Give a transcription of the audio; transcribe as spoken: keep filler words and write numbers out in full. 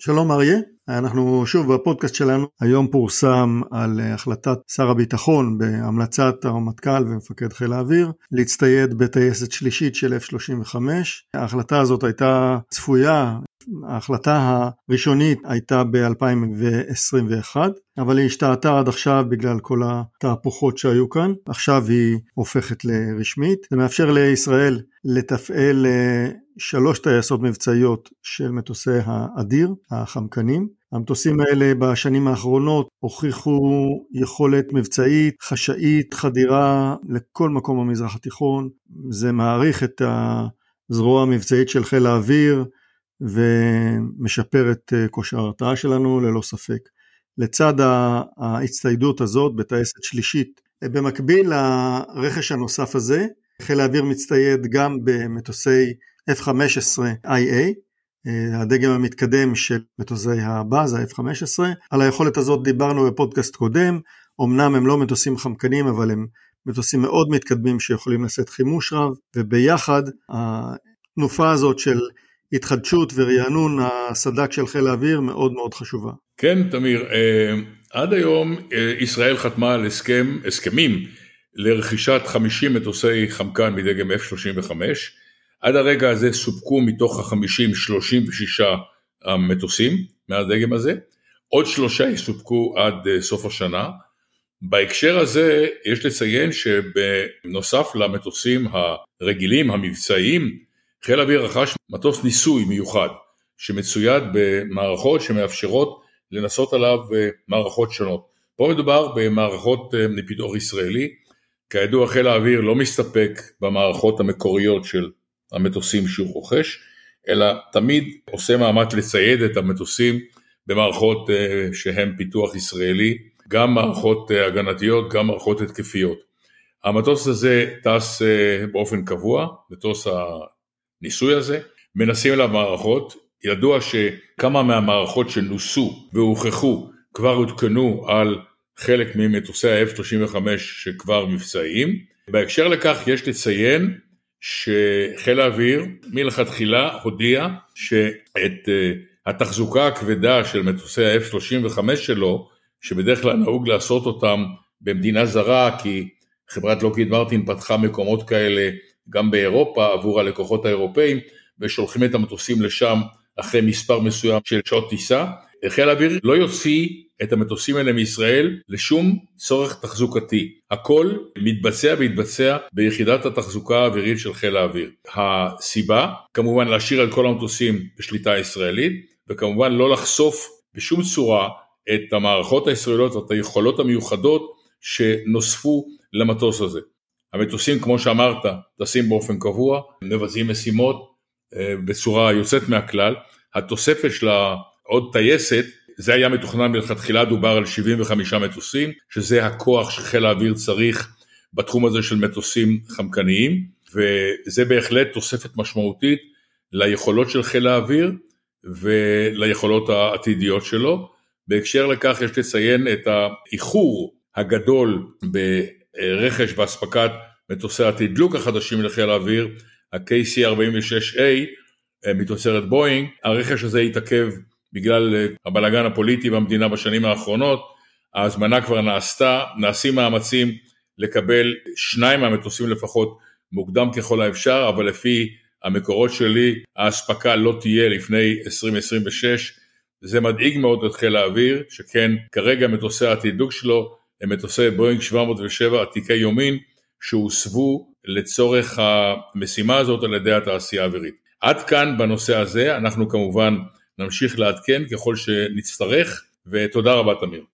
שלום אריה, אנחנו שוב בפודקאסט שלנו. היום פורסם על החלטת שר הביטחון בהמלצת הרמטכ"ל ומפקד חיל האוויר להצטייד בטייסת שלישית של אף שלושים וחמש. ההחלטה הזאת הייתה צפויה, ההחלטה הראשונית הייתה ב-אלפיים עשרים ואחת, אבל היא השתהתה עד עכשיו בגלל כל התהפוכות שהיו כאן. עכשיו היא הופכת לרשמית. זה מאפשר לישראל לתפעל שלוש טייסות מבצעיות של מטוסי האדיר, החמקנים. המטוסים האלה בשנים האחרונות הוכיחו יכולת מבצעית, חשאית, חדירה לכל מקום במזרח התיכון. זה מעריך את הזרוע המבצעית של חיל האוויר ומשפר את כושר ההרתעה שלנו ללא ספק. לצד ההצטיידות הזאת בטייסת שלישית, במקביל לרכש הנוסף הזה, חיל האוויר מצטייד גם במטוסי אף חמש עשרה איי איי, הדגם המתקדם של מטוסי הבאז, ה-אף חמש עשרה. על היכולת הזאת דיברנו בפודקאסט קודם. אמנם הם לא מטוסים חמקנים, אבל הם מטוסים מאוד מתקדמים שיכולים לשאת חימוש רב, וביחד התנופה הזאת של התחדשות ורענון הסד"כ של חיל האוויר מאוד מאוד חשובה. כן, תמיר, עד היום ישראל חתמה על הסכם, הסכמים לרכישת חמישים מטוסי חמקן מדגם אף שלושים וחמש. עד הרגע הזה סופקו מתוך ה-חמישים שלושים ושישה מטוסים מהדגם הזה. עוד שלושה יסופקו עד סוף השנה. בהקשר הזה יש לציין שבנוסף למטוסים הרגילים, המבצעיים, חיל האוויר רכש מטוס ניסוי מיוחד, שמצויד במערכות שמאפשרות לנסות עליו מערכות שונות. פה מדובר במערכות מפיתוח ישראלי. כידוע, חיל האוויר לא מסתפק במערכות המקוריות של המטוסים שהוא רוכש, אלא תמיד עושה מאמץ לצייד את המטוסים במערכות שהן פיתוח ישראלי, גם מערכות הגנתיות, גם מערכות התקפיות. המטוס הזה טס באופן קבוע, מטוס הניסוי הזה, מנסים עליו מערכות. ידוע שכמה מהמערכות שנוסו והוכחו כבר הותקנו על חלק ממטוסי ה-אף שלושים וחמש שכבר מבצעיים. בהקשר לכך יש לציין שחיל האוויר מלכתחילה הודיע שאת התחזוקה הכבדה של מטוסי ה-אף שלושים וחמש שלו, שבדרך כלל נהוג לעשות אותם במדינה זרה, כי חברת לוקהיד מרטין פתחה מקומות כאלה גם באירופה עבור הלקוחות האירופאים, ושולחים את המטוסים לשם אחרי מספר מסוים של שעות טיסה. חיל האוויר לא יוציא את המטוסים האלה מישראל לשום צורך תחזוקתי. הכל מתבצע והתבצע ביחידת התחזוקה האווירית של חיל האוויר. הסיבה, כמובן להשאיר על כל המטוסים בשליטה ישראלית, וכמובן לא לחשוף בשום צורה את המערכות הישראליות ואת היכולות המיוחדות שנוספו למטוס הזה. המטוסים, כמו שאמרת, טסים באופן קבוע, מבצעים משימות בצורה יוצאת מהכלל. התוספת של עוד טייסת, זה היה מתוכנן מלכתחילה, דובר על שבעים וחמישה מטוסים, שזה הכוח שחיל האוויר צריך בתחום הזה של מטוסים חמקניים, וזה בהחלט תוספת משמעותית ליכולות של חיל האוויר וליכולות העתידיות שלו. בהקשר לכך יש לציין את האיחור הגדול ברכש והספקת מטוסי התדלוק החדשים לחיל האוויר, ה-קיי סי ארבעים ושש איי מתוצרת בואינג. הרכש הזה התעכב בגלל הבלגן הפוליטי במדינה בשנים האחרונות. ההזמנה כבר נעשתה, נעשים מאמצים לקבל שניים מהמטוסים לפחות מוקדם ככל האפשר, אבל לפי המקורות שלי ההספקה לא תהיה לפני עשרים עשרים ושש. זה מדאיג מאוד את חיל האוויר, שכן כרגע מטוסי התדלוק שלו הם מטוסי בואינג שבע מאות ושבע עתיקי יומין, שהוסבו לצורך המשימה הזאת על ידי התעשייה האווירית. עד כאן בנושא הזה, אנחנו כמובן נמשיך לעדכן ככל שנצטרך, ותודה רבה תמיר.